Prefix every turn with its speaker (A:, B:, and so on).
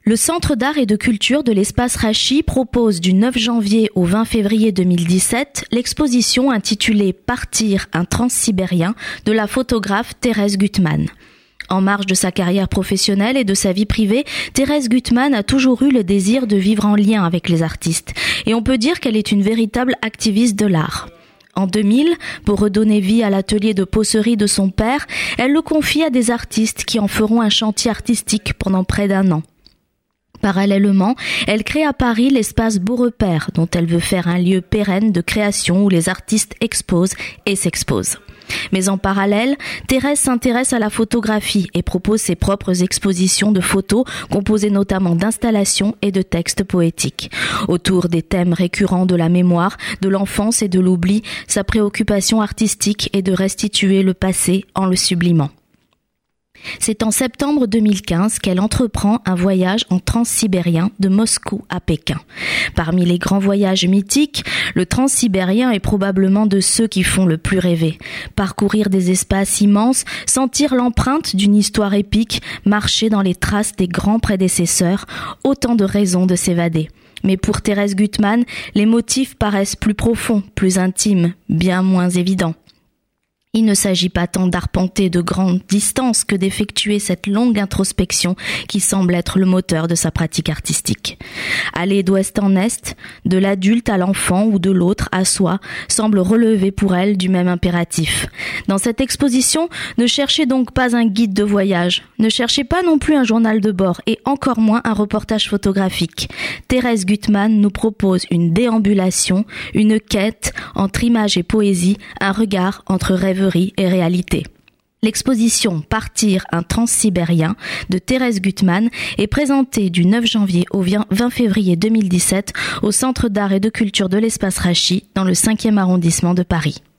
A: Le Centre d'art et de culture de l'espace Rachi propose du 9 janvier au 20 février 2017 l'exposition intitulée « Partir, un transsibérien » de la photographe Thérèse Gutmann. En marge de sa carrière professionnelle et de sa vie privée, Thérèse Gutmann a toujours eu le désir de vivre en lien avec les artistes. Et on peut dire qu'elle est une véritable activiste de l'art. En 2000, pour redonner vie à l'atelier de pocerie de son père, elle le confie à des artistes qui en feront un chantier artistique pendant près d'1 an. Parallèlement, elle crée à Paris l'espace Beau Repère, dont elle veut faire un lieu pérenne de création où les artistes exposent et s'exposent. Mais en parallèle, Thérèse s'intéresse à la photographie et propose ses propres expositions de photos composées notamment d'installations et de textes poétiques. Autour des thèmes récurrents de la mémoire, de l'enfance et de l'oubli, sa préoccupation artistique est de restituer le passé en le sublimant. C'est en septembre 2015 qu'elle entreprend un voyage en transsibérien de Moscou à Pékin. Parmi les grands voyages mythiques, le transsibérien est probablement de ceux qui font le plus rêver. Parcourir des espaces immenses, sentir l'empreinte d'une histoire épique, marcher dans les traces des grands prédécesseurs, autant de raisons de s'évader. Mais pour Thérèse Gutmann, les motifs paraissent plus profonds, plus intimes, bien moins évidents. Il ne s'agit pas tant d'arpenter de grandes distances que d'effectuer cette longue introspection qui semble être le moteur de sa pratique artistique. Aller d'ouest en est, de l'adulte à l'enfant ou de l'autre à soi, semble relever pour elle du même impératif. Dans cette exposition, ne cherchez donc pas un guide de voyage, ne cherchez pas non plus un journal de bord et encore moins un reportage photographique. Thérèse Gutmann nous propose une déambulation, une quête entre images et poésie, un regard entre rêverie et réalité. L'exposition « Partir, un transsibérien » de Thérèse Gutmann est présentée du 9 janvier au 20 février 2017 au Centre d'art et de culture de l'espace Rachi dans le 5e arrondissement de Paris.